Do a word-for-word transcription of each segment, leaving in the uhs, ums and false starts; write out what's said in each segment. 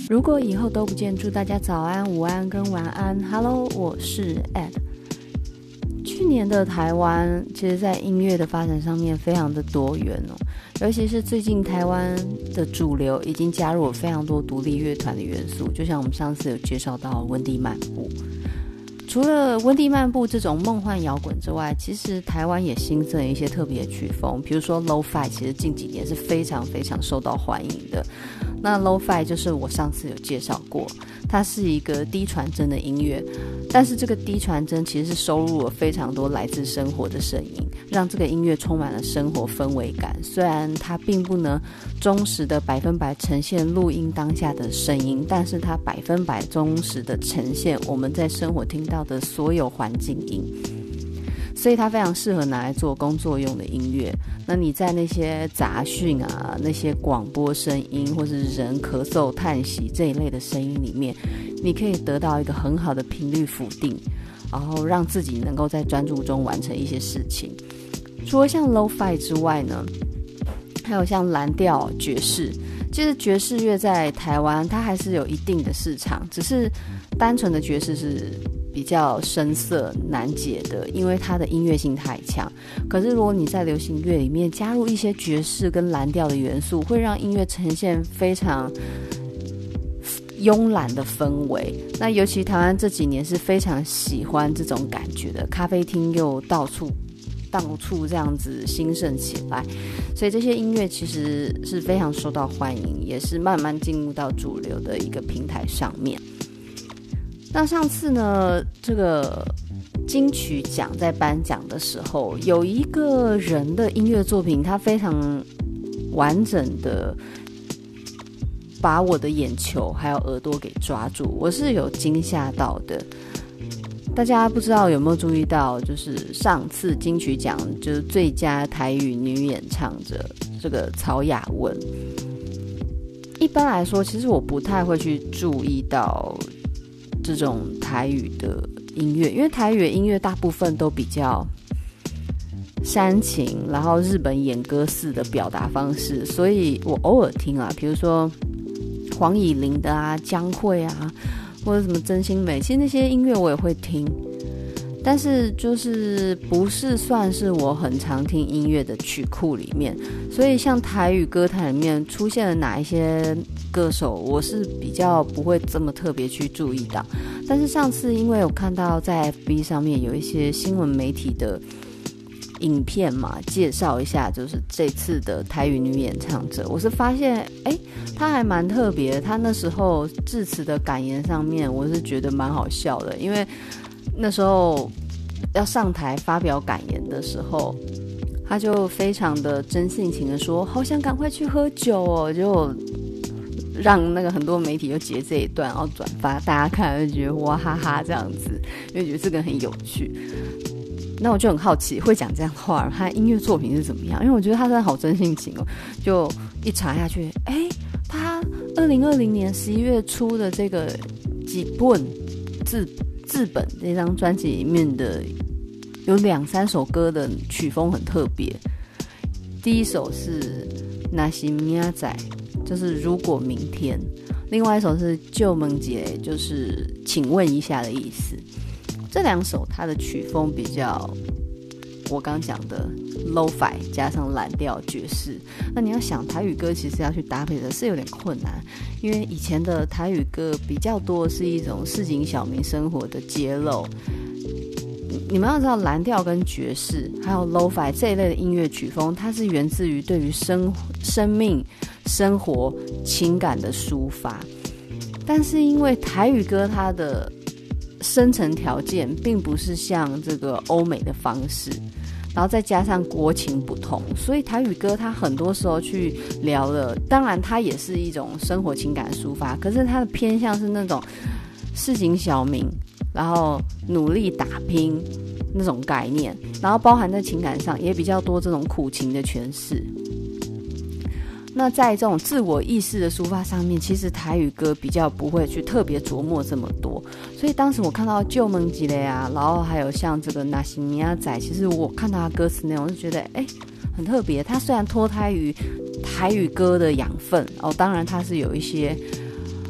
如果以后都不见，祝大家早安、午安跟晚安。Hello， 我是 Ed。去年的台湾，其实在音乐的发展上面非常的多元哦，尤其是最近台湾的主流已经加入了非常多独立乐团的元素，就像我们上次有介绍到温蒂漫步。除了温蒂漫步这种梦幻摇滚之外，其实台湾也新增了一些特别的曲风，比如说 Lo-Fi， 其实近几年是非常非常受到欢迎的。那 Lo-Fi 就是我上次有介绍过，它是一个低传真的音乐，但是这个低传真其实是收录了非常多来自生活的声音，让这个音乐充满了生活氛围感。虽然它并不能忠实的百分百呈现录音当下的声音，但是它百分百忠实的呈现我们在生活听到的所有环境音，所以它非常适合拿来做工作用的音乐。那你在那些杂讯啊、那些广播声音或是人咳嗽、叹息这一类的声音里面，你可以得到一个很好的频率否定，然后让自己能够在专注中完成一些事情。除了像 Lo-Fi 之外呢，还有像蓝调、爵士。其实爵士乐在台湾它还是有一定的市场，只是单纯的爵士是比较深涩难解的，因为它的音乐性太强。可是如果你在流行乐里面加入一些爵士跟蓝调的元素，会让音乐呈现非常慵懒的氛围。那尤其台湾这几年是非常喜欢这种感觉的，咖啡厅又到处到处这样子兴盛起来，所以这些音乐其实是非常受到欢迎，也是慢慢进入到主流的一个平台上面。那上次呢，这个金曲奖在颁奖的时候，有一个人的音乐作品，他非常完整的把我的眼球还有耳朵给抓住，我是有惊吓到的。大家不知道有没有注意到，就是上次金曲奖就是最佳台语女演唱者这个曹雅雯。一般来说，其实我不太会去注意到这种台语的音乐，因为台语的音乐大部分都比较煽情，然后日本演歌式的表达方式，所以我偶尔听啊，比如说黄以玲的啊、江蕙啊，或者什么真心美，其实那些音乐我也会听，但是就是不是算是我很常听音乐的曲库里面。所以像台语歌坛里面出现了哪一些歌手，我是比较不会这么特别去注意到。但是上次因为有看到在 F B 上面有一些新闻媒体的影片嘛，介绍一下就是这次的台语女演唱者，我是发现哎，她还蛮特别的。她那时候致辞的感言上面，我是觉得蛮好笑的，因为那时候要上台发表感言的时候，她就非常的真性情的说，好想赶快去喝酒哦，就让那个很多媒体就截这一段，然后转发，大家看就觉得哇哈哈这样子，因为觉得这个很有趣。那我就很好奇，会讲这样的话，他音乐作品是怎么样？因为我觉得他真的好真性情哦。就一查下去，哎，他二零二零年十一月初的这个几本字字本这张专辑里面的有两三首歌的曲风很特别。第一首是那是明仔，就是如果明天；另外一首是旧梦节，就是请问一下的意思。这两首它的曲风比较我刚讲的 Lo-Fi 加上蓝调爵士。那你要想台语歌其实要去搭配的是有点困难，因为以前的台语歌比较多是一种市井小民生活的揭露。你们要知道蓝调跟爵士还有 Lo-Fi 这一类的音乐曲风，它是源自于对于生生命生活情感的抒发，但是因为台语歌它的生成条件并不是像这个欧美的方式，然后再加上国情不同，所以台语歌它很多时候去聊了，当然它也是一种生活情感抒发，可是它的偏向是那种市井小民，然后努力打拼那种概念，然后包含在情感上也比较多这种苦情的诠释。那在这种自我意识的抒发上面，其实台语歌比较不会去特别琢磨这么多，所以当时我看到旧梦吉雷啊，然后还有像这个那西米亚仔，其实我看到他歌词内容就觉得哎很特别。他虽然脱胎于台语歌的养分哦，当然他是有一些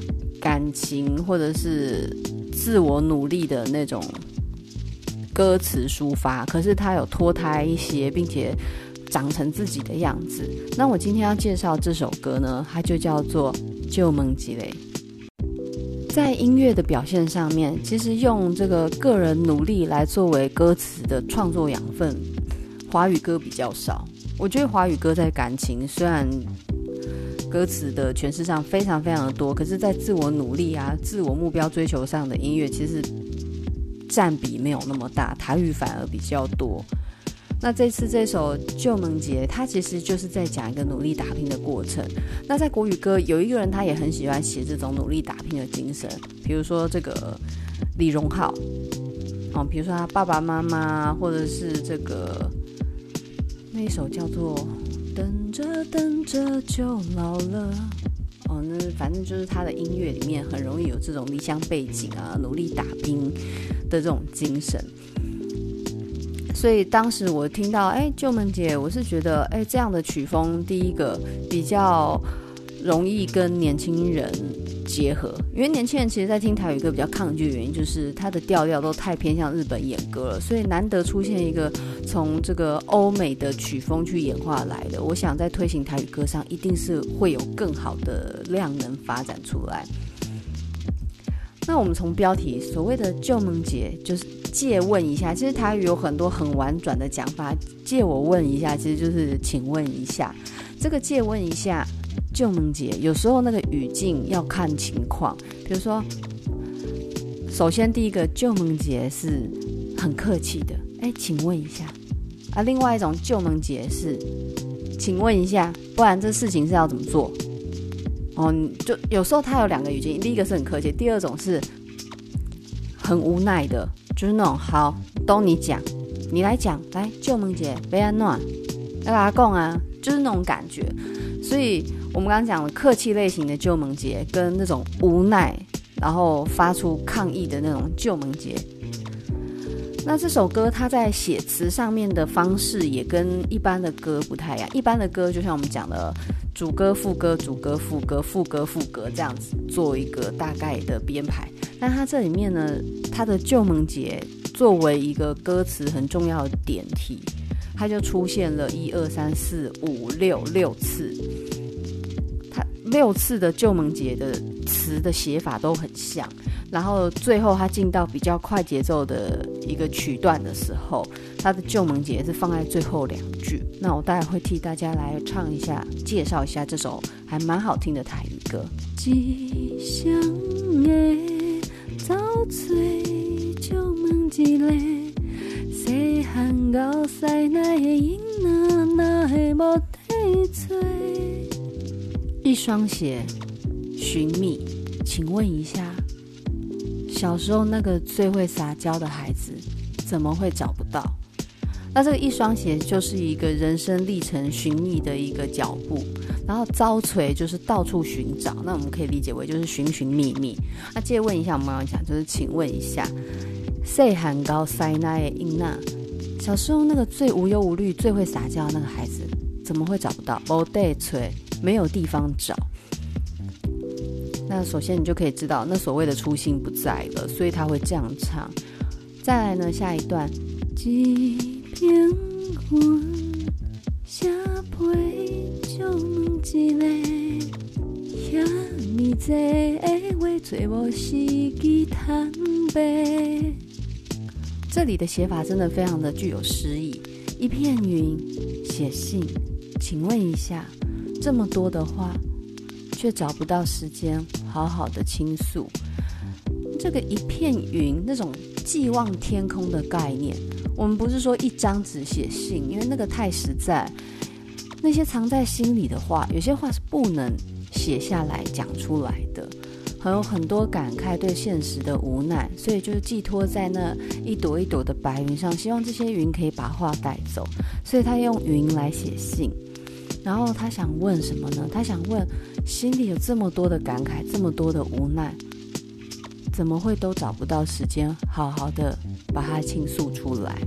感情或者是自我努力的那种歌词抒发，可是他有脱胎一些，并且长成自己的样子。那我今天要介绍这首歌呢，它就叫做《旧梦积累》。在音乐的表现上面，其实用这个个人努力来作为歌词的创作养分，华语歌比较少。我觉得华语歌在感情虽然歌词的诠释上非常非常的多，可是在自我努力啊、自我目标追求上的音乐，其实占比没有那么大，台语反而比较多。那这次这首《旧梦节》，它其实就是在讲一个努力打拼的过程。那在国语歌，有一个人他也很喜欢写这种努力打拼的精神，比如说这个李荣浩，哦，比如说他爸爸妈妈，或者是这个那一首叫做《等着等着就老了》。哦，那反正就是他的音乐里面很容易有这种离乡背景啊、努力打拼的这种精神。所以当时我听到哎旧梦节，我是觉得哎这样的曲风，第一个比较容易跟年轻人结合，因为年轻人其实在听台语歌比较抗拒的原因，就是它的调调都太偏向日本演歌了，所以难得出现一个从这个欧美的曲风去演化来的，我想在推行台语歌上一定是会有更好的量能发展出来。那我们从标题所谓的旧梦节，就是借问一下，其实台语有很多很婉转的讲法，借我问一下其实就是请问一下。这个借问一下旧梦节，有时候那个语境要看情况，比如说首先第一个旧梦节是很客气的，哎，请问一下啊，另外一种旧梦节是请问一下，不然这事情是要怎么做哦，就有时候它有两个语境，第一个是很客气，第二种是很无奈的，就是那种好都你讲，你来讲，来旧梦节别安怎要跟他讲啊，就是那种感觉。所以我们刚刚讲的客气类型的旧梦节，跟那种无奈然后发出抗议的那种旧梦节，那这首歌它在写词上面的方式也跟一般的歌不太一样。一般的歌就像我们讲的主歌副歌主歌副歌副歌副歌这样子做一个大概的编排，但它这里面呢，它的旧梦节作为一个歌词很重要的点题，它就出现了一二三四五六六次，它六次的旧梦节的词的写法都很像，然后最后它进到比较快节奏的一个曲段的时候，它的旧梦节是放在最后两句。那我待会会替大家来唱一下，介绍一下这首还蛮好听的台语歌。一双的走吹旧梦一个，细汉到西奈的囡仔，哪会无体吹？一双鞋寻觅，请问一下，小时候那个最会撒娇的孩子怎么会找不到？那这个一双鞋就是一个人生历程寻觅的一个脚步，然后遭锤就是到处寻找，那我们可以理解为就是寻寻觅觅。那借问一下，我们要讲就是请问一下，细汉到西奈的囡仔，小时候那个最无忧无虑最会撒娇的那个孩子怎么会找不到？没地锤，没有地方找。那首先你就可以知道那所谓的初心不在了，所以他会这样唱。再来呢，下一段一瓶云写陪旧梦一个，遐尼济的话找无时机坦白。这里的写法真的非常的具有诗意，一片云写信，请问一下，这么多的话却找不到时间好好的倾诉。这个一片云，那种寄望天空的概念，我们不是说一张纸写信，因为那个太实在。那些藏在心里的话，有些话是不能写下来讲出来的，还有很多感慨对现实的无奈，所以就是寄托在那一朵一朵的白云上，希望这些云可以把话带走，所以他用云来写信。然后他想问什么呢？他想问，心里有这么多的感慨，这么多的无奈，怎么会都找不到时间好好的把它倾诉出来？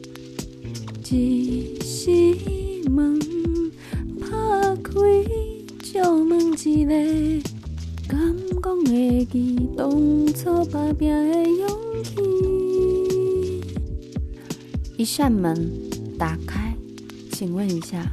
一时门打开，旧梦一个， 敢讲会记当初打拼的勇气。一扇门打开，请问一下，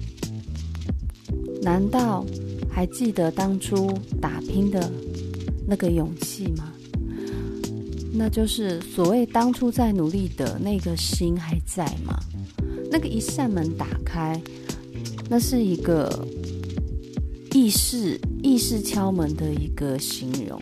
难道还记得当初打拼的那个勇气吗？那就是所谓当初在努力的那个心还在吗？那个一扇门打开，那是一个意识意识敲门的一个形容。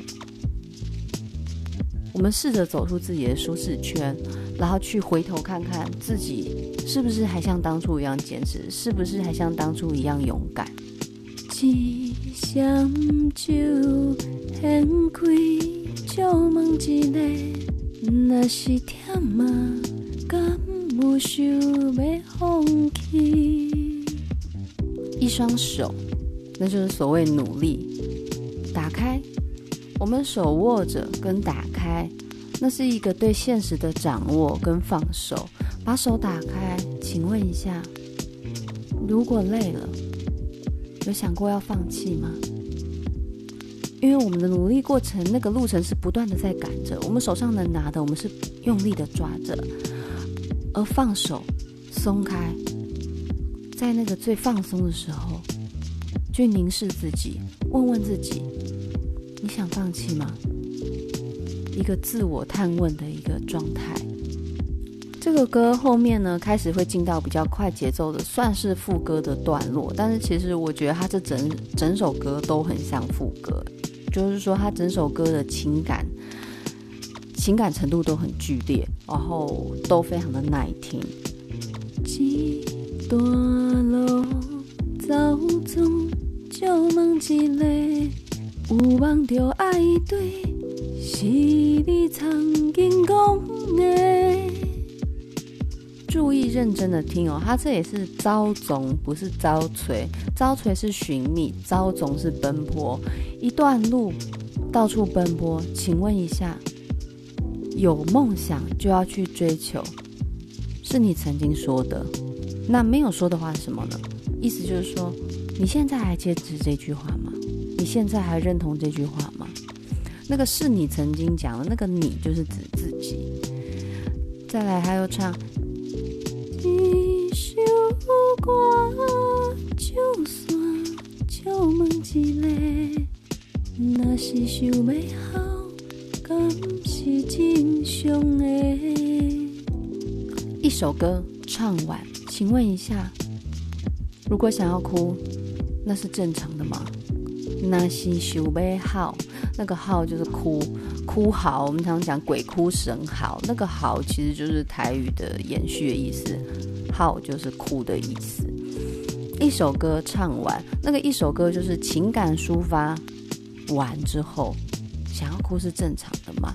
我们试着走出自己的舒适圈，然后去回头看看自己是不是还像当初一样坚持，是不是还像当初一样勇敢。一双手掀开，就问一个，若是忝嘛，敢有想要放弃？一双手，那就是所谓努力。打开，我们手握着跟打开，那是一个对现实的掌握跟放手。把手打开，请问一下，如果累了，有想过要放弃吗？因为我们的努力过程，那个路程是不断的在赶着，我们手上能拿的，我们是用力的抓着，而放手松开，在那个最放松的时候，去凝视自己，问问自己，你想放弃吗？一个自我探问的一个状态。这个歌后面呢，开始会进到比较快节奏的，算是副歌的段落，但是其实我觉得它这整整首歌都很像副歌，就是说它整首歌的情感情感程度都很剧烈，然后都非常的耐听。一段路走总就问一个，有望着爱对，是你曾经讲的。注意认真的听哦，它这也是招总，不是招锤。招锤是寻觅，招总是奔波。一段路到处奔波，请问一下，有梦想就要去追求，是你曾经说的。那没有说的话是什么呢？意思就是说，你现在还坚持这句话吗？你现在还认同这句话吗？那个是你曾经讲的，那个你就是指自己。再来，还有唱一首歌，就算就问一个，若是想要好，敢是正常的。一首歌唱完，请问一下，如果想要哭，那是正常的吗？那是想要好，那个好就是哭哭嚎，我们常常讲鬼哭神嚎，那个嚎其实就是台语的延续的意思，嚎就是哭的意思。一首歌唱完，那个一首歌就是情感抒发完之后，想要哭是正常的吗？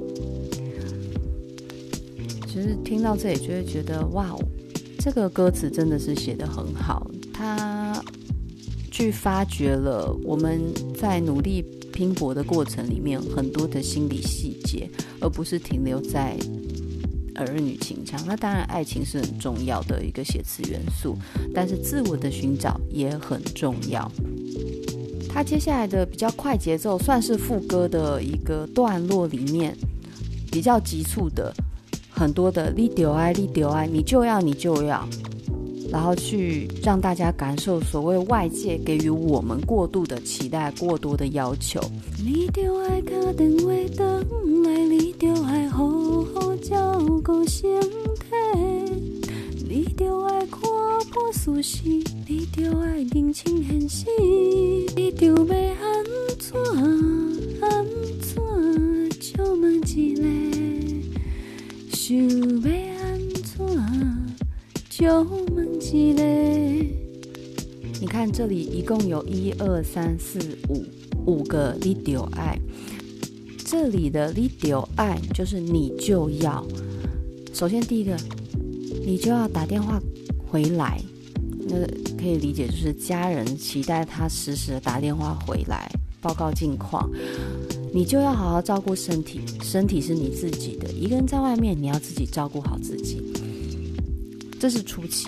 其实听到这里就会觉得，哇，这个歌词真的是写得很好，它去发掘了我们在努力拼搏的过程里面很多的心理细节，而不是停留在儿女情长。那当然爱情是很重要的一个写词元素，但是自我的寻找也很重要。他接下来的比较快节奏，算是副歌的一个段落里面比较急促的，很多的你就爱你就爱，你就要你就要，然后去让大家感受所谓外界给予我们过度的期待，过多的要求。你就爱打电话回来，你就爱好好照顾身体，你就爱看本书时，你就爱认清现实，你就要安怎安怎就问一个，想要安怎就问一个。你看这里一共有一二三四五五个你就爱，这里的你就爱就是你就要，首先第一个你就要打电话回来，那可以理解就是家人期待他时时的打电话回来报告近况。你就要好好照顾身体，身体是你自己的，一个人在外面你要自己照顾好自己，这是初期的。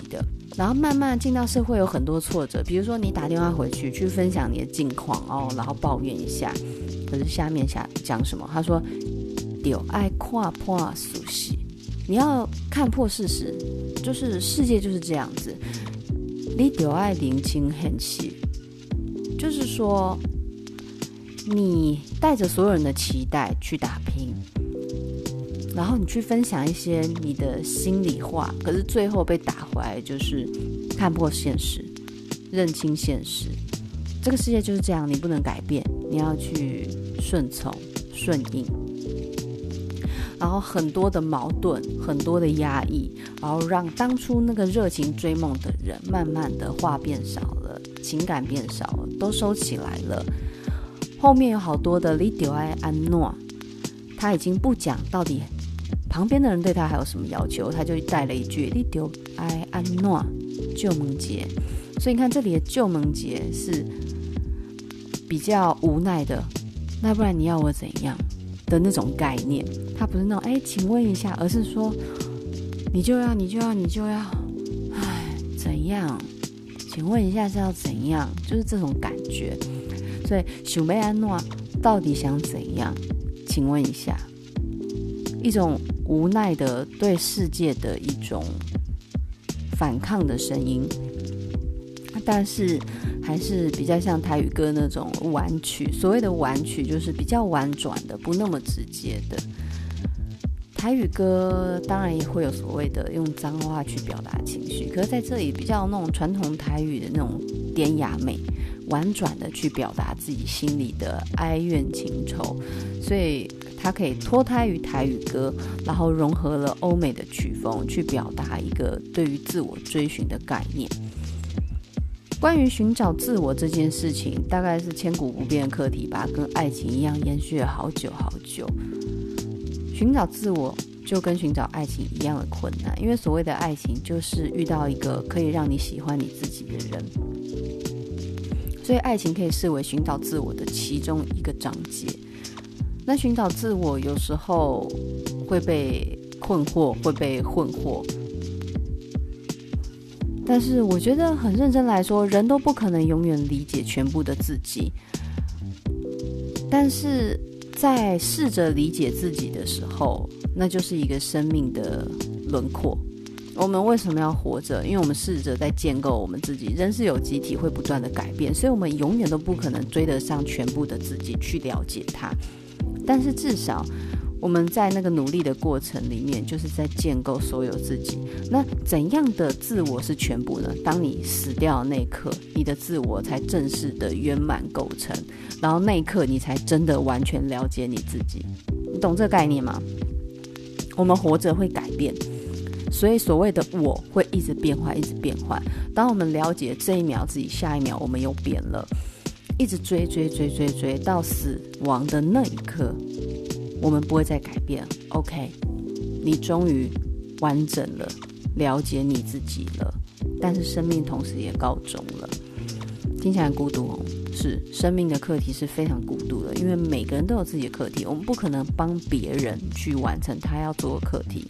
然后慢慢进到社会有很多挫折，比如说你打电话回去去分享你的近况哦，然后抱怨一下，可是下面下讲什么？他说就爱看破事实，你要看破事实，就是世界就是这样子，你就爱认清现实，就是说你带着所有人的期待去打拼，然后你去分享一些你的心里话，可是最后被打回来就是看破现实，认清现实。这个世界就是这样，你不能改变，你要去顺从顺应。然后很多的矛盾，很多的压抑，然后让当初那个热情追梦的人慢慢的话变少了，情感变少了，都收起来了。后面有好多的你就爱安诺，他已经不讲到底旁边的人对他还有什么要求，他就带了一句你就爱安诺救盟节。所以你看这里的救盟节是比较无奈的，那不然你要我怎样的那种概念，他不是那种哎，请问一下，而是说你就要你就要你就要，哎，怎样？请问一下是要怎样？就是这种感觉。所以想要安怎到底想怎样？请问一下，一种无奈的对世界的一种反抗的声音，但是还是比较像台语歌那种婉曲。所谓的婉曲就是比较婉转的，不那么直接的。台语歌当然也会有所谓的用脏话去表达情绪，可是在这里比较那种传统台语的那种典雅美，婉转的去表达自己心里的哀怨情仇，所以它可以脱胎于台语歌，然后融合了欧美的曲风，去表达一个对于自我追寻的概念。关于寻找自我这件事情，大概是千古不变的课题吧，跟爱情一样延续了好久好久。寻找自我就跟寻找爱情一样的困难，因为所谓的爱情就是遇到一个可以让你喜欢你自己的人，所以爱情可以视为寻找自我的其中一个章节。那寻找自我有时候会被困惑，会被混惑，但是我觉得很认真来说，人都不可能永远理解全部的自己，但是在试着理解自己的时候，那就是一个生命的轮廓。我们为什么要活着？因为我们试着在建构我们自己。人是有机体，会不断的改变，所以我们永远都不可能追得上全部的自己去了解它。但是至少我们在那个努力的过程里面，就是在建构所有自己。那怎样的自我是全部呢？当你死掉的那一刻，你的自我才正式的圆满构成，然后那一刻你才真的完全了解你自己。你懂这个概念吗？我们活着会改变，所以所谓的我会一直变换，一直变换。当我们了解这一秒自己，下一秒我们又变了，一直追追追追追到死亡的那一刻，我们不会再改变。 OK， 你终于完整了，了解你自己了，但是生命同时也告终了。听起来很孤独哦，是，生命的课题是非常孤独的，因为每个人都有自己的课题，我们不可能帮别人去完成他要做的课题。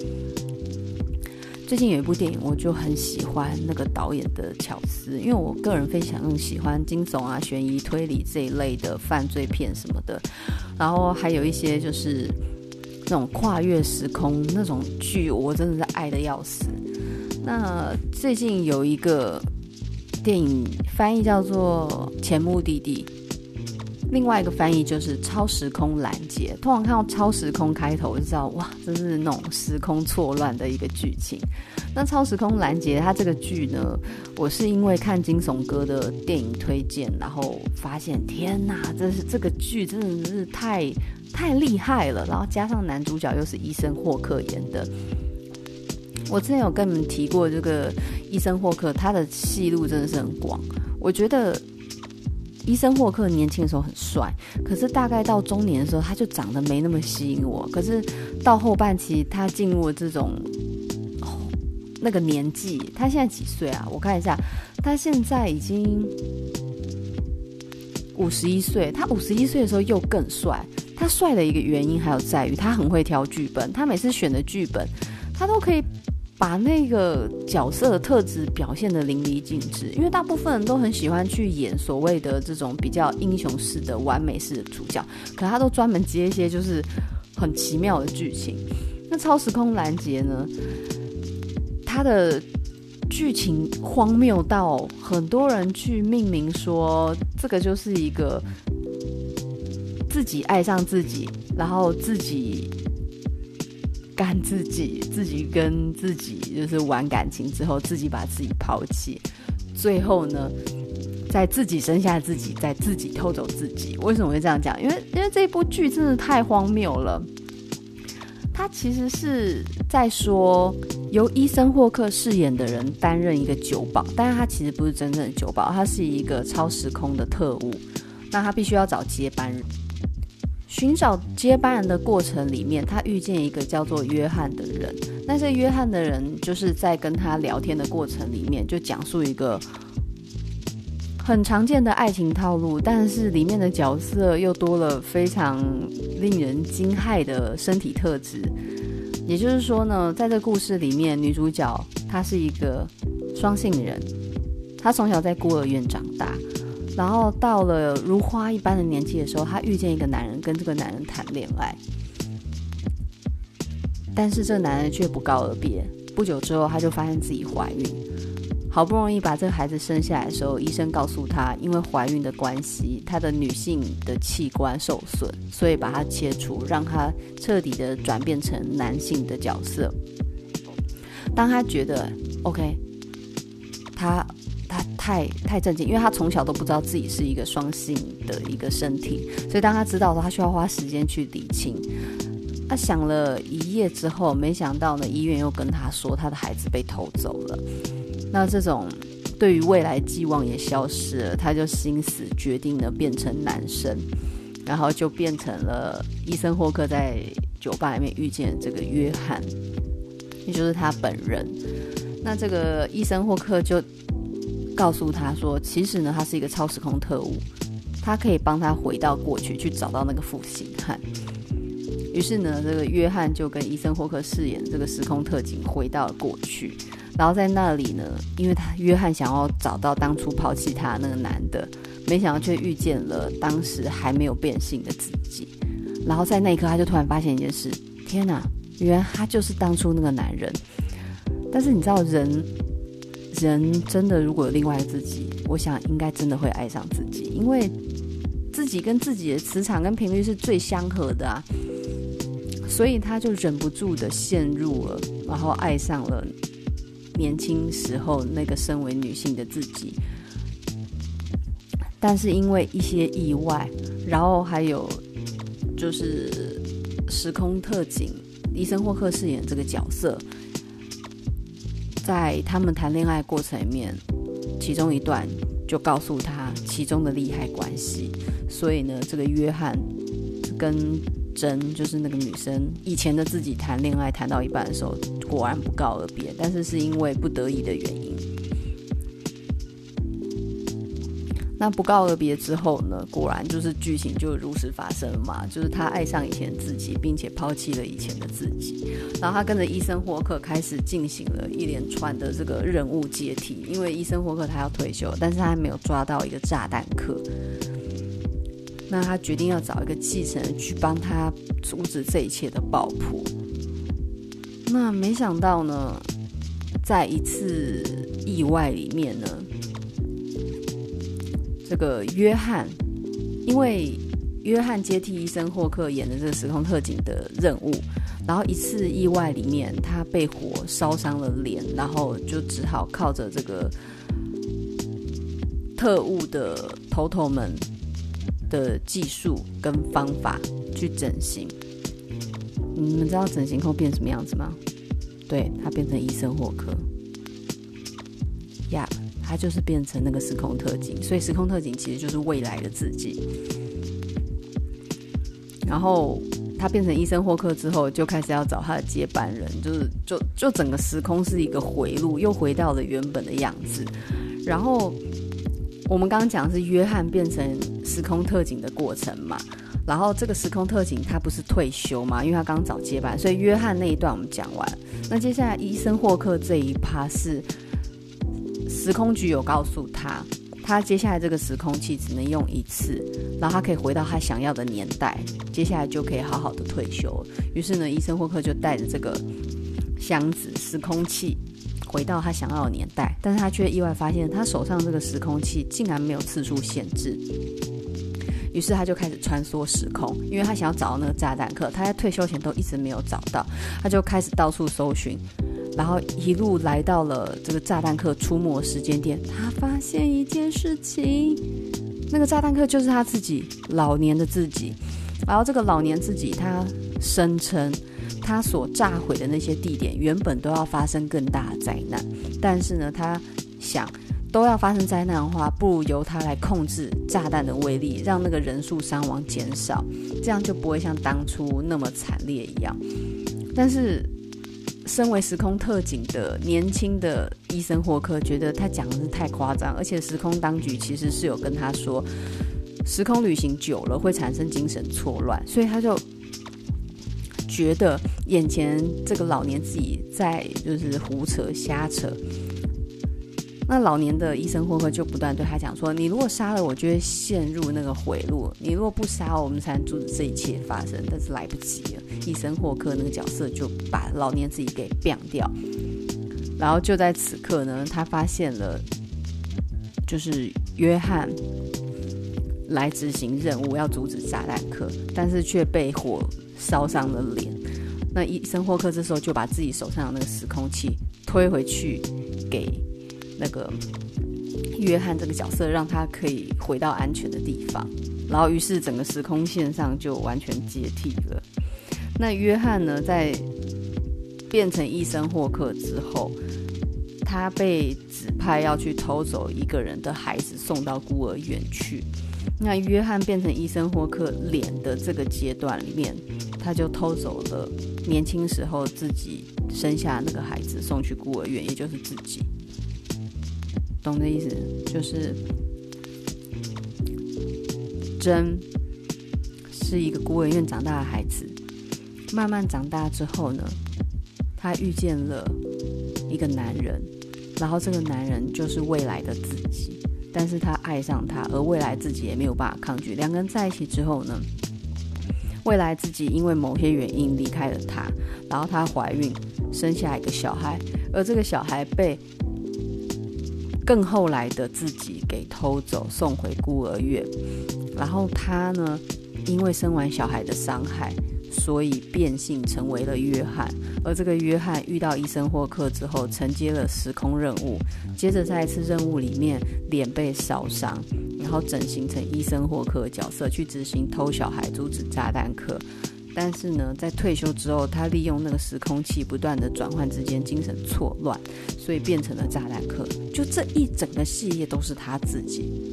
最近有一部电影我就很喜欢那个导演的巧思，因为我个人非常喜欢惊悚啊、悬疑推理这一类的犯罪片什么的，然后还有一些就是那种跨越时空那种剧，我真的是爱得要死。那最近有一个电影翻译叫做《前目的地》，另外一个翻译就是超时空拦截。通常看到超时空开头就知道，哇，这是那种时空错乱的一个剧情。那超时空拦截它这个剧呢，我是因为看惊悚哥的电影推荐，然后发现天哪，这是这个剧真的是太太厉害了，然后加上男主角又是伊森霍克演的。我之前有跟你们提过，这个伊森霍克他的戏路真的是很广。我觉得伊森霍克年轻的时候很帅，可是大概到中年的时候他就长得没那么吸引我，可是到后半期他进入了这种、哦、那个年纪，他现在几岁啊？我看一下，他现在已经五十一岁。他五十一岁的时候又更帅。他帅的一个原因还有在于他很会挑剧本，他每次选的剧本他都可以把那个角色的特质表现得淋漓尽致，因为大部分人都很喜欢去演所谓的这种比较英雄式的完美式的主角，可他都专门接一些就是很奇妙的剧情。那超时空拦截呢，它的剧情荒谬到很多人去命名说这个就是一个自己爱上自己，然后自己干自己，自己跟自己就是玩感情之后，自己把自己抛弃，最后呢再自己生下自己，再自己偷走自己。为什么会这样讲？因为因为这部剧真的太荒谬了。他其实是在说由伊森霍克饰演的人担任一个酒保，但是他其实不是真正的酒保，他是一个超时空的特务。那他必须要找接班人，寻找接班人的过程里面，他遇见一个叫做约翰的人。那这约翰的人就是在跟他聊天的过程里面，就讲述一个很常见的爱情套路，但是里面的角色又多了非常令人惊骇的身体特质。也就是说呢，在这故事里面，女主角她是一个双性人，她从小在孤儿院长大，然后到了如花一般的年纪的时候，她遇见一个男人，跟这个男人谈恋爱，但是这个男人却不告而别。不久之后，她就发现自己怀孕。好不容易把这个孩子生下来的时候，医生告诉她，因为怀孕的关系，她的女性的器官受损，所以把她切除，让她彻底的转变成男性的角色。当她觉得 OK， 她她太太震惊，因为她从小都不知道自己是一个双性的一个身体，所以当她知道的时候，她需要花时间去理清。她想了一夜之后，没想到呢，医院又跟她说，她的孩子被偷走了。那这种对于未来寄望也消失了，他就心死决定了变成男生，然后就变成了伊森霍克在酒吧里面遇见的这个约翰，也就是他本人。那这个伊森霍克就告诉他说，其实呢他是一个超时空特务，他可以帮他回到过去去找到那个负心汉。于是呢这个约翰就跟伊森霍克饰演这个时空特警回到了过去，然后在那里呢，因为他约翰想要找到当初抛弃他的那个男的，没想到却遇见了当时还没有变性的自己。然后在那一刻他就突然发现一件事，天哪，原来他就是当初那个男人。但是你知道人人真的如果有另外的自己，我想应该真的会爱上自己，因为自己跟自己的磁场跟频率是最相合的啊，所以他就忍不住的陷入了，然后爱上了年轻时候那个身为女性的自己。但是因为一些意外，然后还有就是时空特警伊森霍克饰演这个角色，在他们谈恋爱过程里面，其中一段就告诉他其中的利害关系，所以呢这个约翰跟真就是那个女生以前的自己谈恋爱谈到一半的时候，果然不告而别，但是是因为不得已的原因。那不告而别之后呢，果然就是剧情就如实发生嘛，就是他爱上以前的自己，并且抛弃了以前的自己。然后他跟着伊森霍克开始进行了一连串的这个任务接替，因为伊森霍克他要退休，但是他还没有抓到一个炸弹客。那他决定要找一个继承人去帮他阻止这一切的爆破。那没想到呢，在一次意外里面呢，这个约翰，因为约翰接替伊森霍克演的这个时空特警的任务，然后一次意外里面他被火烧伤了脸，然后就只好靠着这个特务的头头们的技术跟方法去整形。你们知道整形后变什么样子吗？对，他变成伊森霍克呀、yeah, 他就是变成那个时空特警，所以时空特警其实就是未来的自己。然后他变成伊森霍克之后，就开始要找他的接班人，就是就就整个时空是一个回路，又回到了原本的样子。然后我们刚刚讲的是约翰变成时空特警的过程嘛， 然后这个时空特警他不是退休嘛，因为他刚找接班，所以约翰那一段我们讲完。那接下来医生霍克这一趴是时空局有告诉他，他接下来这个时空器只能用一次，然后他可以回到他想要的年代，接下来就可以好好的退休。于是呢，医生霍克就带着这个箱子时空器回到他想要的年代，但是他却意外发现他手上这个时空器竟然没有次数限制。于是他就开始穿梭时空，因为他想要找到那个炸弹客，他在退休前都一直没有找到，他就开始到处搜寻，然后一路来到了这个炸弹客出没的时间点。他发现一件事情，那个炸弹客就是他自己，老年的自己。然后这个老年自己他声称他所炸毁的那些地点原本都要发生更大的灾难，但是呢他想都要发生灾难的话，不如由他来控制炸弹的威力，让那个人数伤亡减少，这样就不会像当初那么惨烈一样。但是身为时空特警的年轻的医生霍克觉得他讲的是太夸张，而且时空当局其实是有跟他说时空旅行久了会产生精神错乱，所以他就觉得眼前这个老年自己在就是胡扯瞎扯。那老年的医生霍克就不断对他讲说，你如果杀了我就会陷入那个回路，你如果不杀我，我们才能阻止这一切发生，但是来不及了。医生霍克那个角色就把老年自己给毙掉。然后就在此刻呢，他发现了就是约翰来执行任务要阻止炸弹客，但是却被火烧伤了脸。那医生霍克这时候就把自己手上的那个时空器推回去给那个约翰这个角色，让他可以回到安全的地方。然后于是整个时空线上就完全解体了。那约翰呢，在变成医生霍克之后，他被指派要去偷走一个人的孩子送到孤儿院去。那约翰变成医生霍克脸的这个阶段里面，他就偷走了年轻时候自己生下那个孩子送去孤儿院，也就是自己。懂的意思就是真是一个孤儿院长大的孩子，慢慢长大之后呢，他遇见了一个男人，然后这个男人就是未来的自己，但是他爱上他，而未来自己也没有办法抗拒。两个人在一起之后呢，未来自己因为某些原因离开了他，然后她怀孕生下一个小孩，而这个小孩被更后来的自己给偷走送回孤儿院。然后他呢，因为生完小孩的伤害，所以变性成为了约翰。而这个约翰遇到医生霍克之后，承接了时空任务，接着在一次任务里面脸被烧伤，然后整形成医生霍克的角色去执行偷小孩阻止炸弹客。但是呢，在退休之后，他利用那个时空器不断的转换之间精神错乱，所以变成了炸弹客。就这一整个系列都是他自己。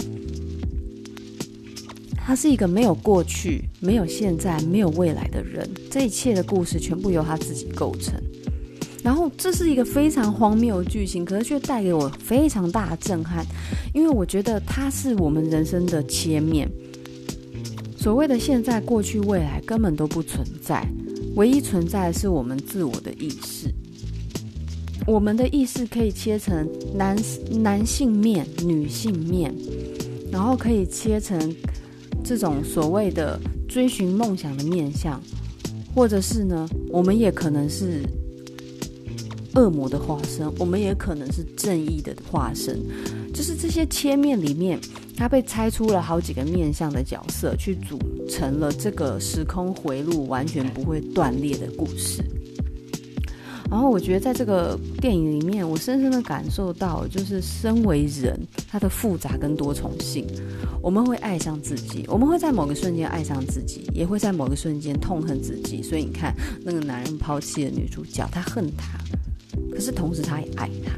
他是一个没有过去、没有现在、没有未来的人，这一切的故事全部由他自己构成。然后这是一个非常荒谬的剧情，可是却带给我非常大的震撼，因为我觉得它是我们人生的切面。所谓的现在、过去、未来根本都不存在，唯一存在的是我们自我的意识。我们的意识可以切成 男, 男性面、女性面，然后可以切成这种所谓的追寻梦想的面向，或者是呢，我们也可能是恶魔的化身，我们也可能是正义的化身。就是这些切面里面，它被拆出了好几个面向的角色，去组成了这个时空回路完全不会断裂的故事。然后我觉得在这个电影里面，我深深的感受到，就是身为人，它的复杂跟多重性。我们会爱上自己，我们会在某个瞬间爱上自己，也会在某个瞬间痛恨自己。所以你看，那个男人抛弃了女主角，他恨她，可是同时他也爱她。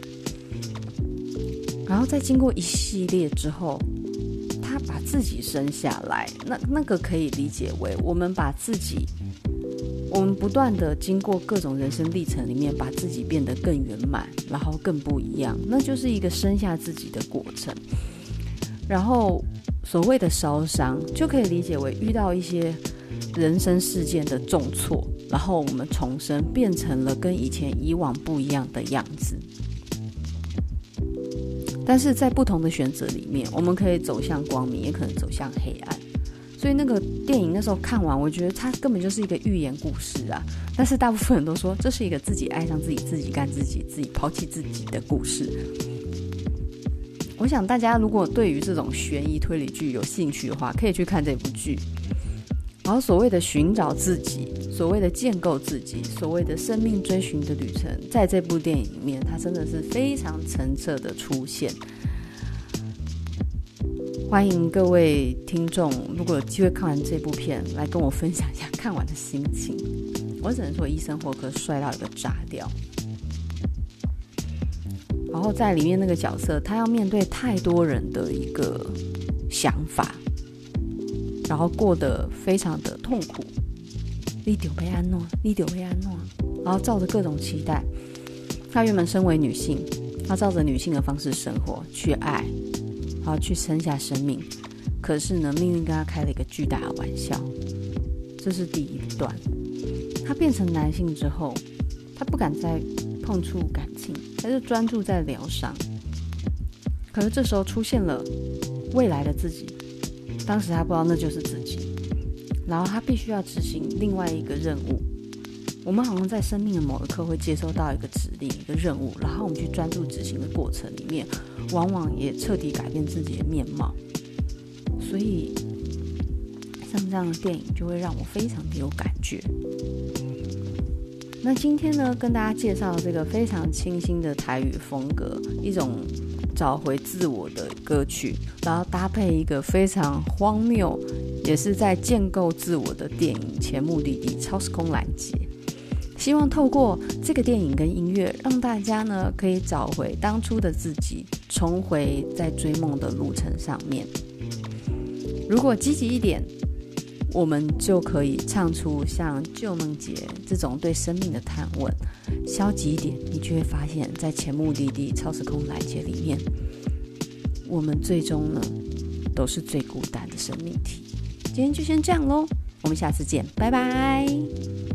然后在经过一系列之后，他把自己生下来，那那个可以理解为我们把自己，我们不断的经过各种人生历程里面，把自己变得更圆满，然后更不一样，那就是一个生下自己的过程。然后所谓的烧伤，就可以理解为遇到一些人生事件的重挫，然后我们重生，变成了跟以前以往不一样的样子。但是在不同的选择里面，我们可以走向光明，也可能走向黑暗。所以那个电影那时候看完，我觉得它根本就是一个寓言故事啊。但是大部分人都说这是一个自己爱上自己、自己干自己、自己抛弃自己的故事。我想大家如果对于这种悬疑推理剧有兴趣的话，可以去看这部剧。然后所谓的寻找自己，所谓的建构自己，所谓的生命追寻的旅程，在这部电影里面它真的是非常澄澈的出现。欢迎各位听众如果有机会看完这部片来跟我分享一下看完的心情。我只能说伊森霍克帅到一个炸掉。然后在里面那个角色，他要面对太多人的一个想法，然后过得非常的痛苦。你就被安诺，你就被安诺，然后照着各种期待。他原本身为女性，他照着女性的方式生活，去爱，然后去生下生命。可是呢，命运跟他开了一个巨大的玩笑。这是第一段。他变成男性之后，他不敢再碰触感情，他就专注在疗伤。可是这时候出现了未来的自己，当时他不知道那就是自己，然后他必须要执行另外一个任务。我们好像在生命的某一刻会接收到一个指令、一个任务，然后我们去专注执行的过程里面，往往也彻底改变自己的面貌。所以像这样的电影就会让我非常的有感觉。那今天呢，跟大家介绍这个非常清新的台语风格，一种找回自我的歌曲，然后搭配一个非常荒谬也是在建构自我的电影《前目的地超时空拦截》。希望透过这个电影跟音乐，让大家呢可以找回当初的自己，重回在追梦的路程上面。如果积极一点，我们就可以唱出像旧梦节这种对生命的探问；消极一点，你就会发现在前目的地超时空拦截里面，我们最终呢都是最孤单的生命体。今天就先这样咯，我们下次见，拜拜。